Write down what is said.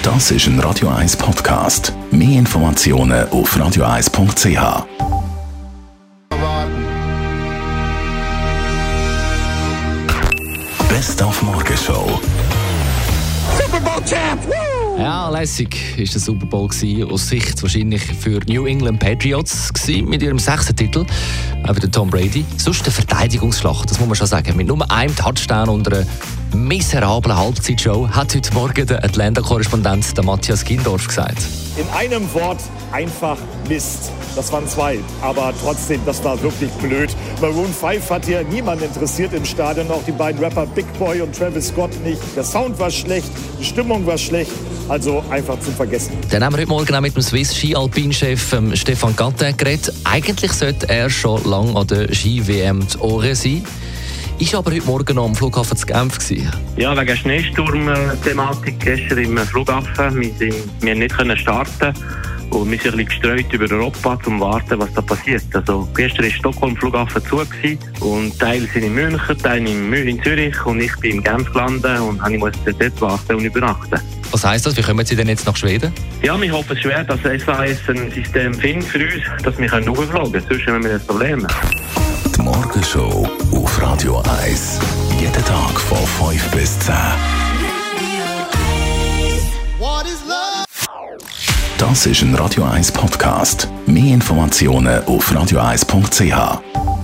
Das ist ein Radio 1 Podcast. Mehr Informationen auf radio1.ch. Best auf Morgenshow. Super Bowl Champ! Woo! Ja, lässig war der Super Bowl gewesen, aus Sicht wahrscheinlich für New England Patriots gewesen, mit ihrem 6. Titel, auch für Tom Brady. Sonst eine Verteidigungsschlacht, das muss man schon sagen. Mit nur einem Touchdown und einer miserablen Halbzeitshow hat heute Morgen der Atlanta-Korrespondent Matthias Gindorf gesagt. In einem Wort einfach Mist. Das waren 2, aber trotzdem, das war wirklich blöd. Maroon 5 hat hier niemand interessiert im Stadion, auch die beiden Rapper Big Boy und Travis Scott nicht. Der Sound war schlecht, die Stimmung war schlecht, also einfach zum Vergessen. Dann haben wir heute Morgen auch mit dem Swiss Ski-Alpin-Chef Stefan Gattin geredet. Eigentlich sollte er schon lange an der Ski-WM zu Ohren sein. Ich war aber heute Morgen noch am Flughafen zu Genf. Ja, wegen Schneesturm-Thematik gestern im Flughafen. Wir konnten nicht starten. Und wir sind ein bisschen gestreut über Europa, um zu warten, was da passiert. Also, gestern war Stockholm Flughafen zu und Teile sind in München, Teile in Zürich und ich bin in Genf gelandet und ich musste dort warten und übernachten. Was heisst das? Wie kommen Sie denn jetzt nach Schweden? Ja, wir hoffen schwer, dass SAS ein System findet für uns, dass wir hochfliegen können. Sonst haben wir ein Problem. Die Morgenshow auf Radio 1. Jeden Tag von 5 bis 10. Das ist ein Radio 1 Podcast. Mehr Informationen auf radio1.ch.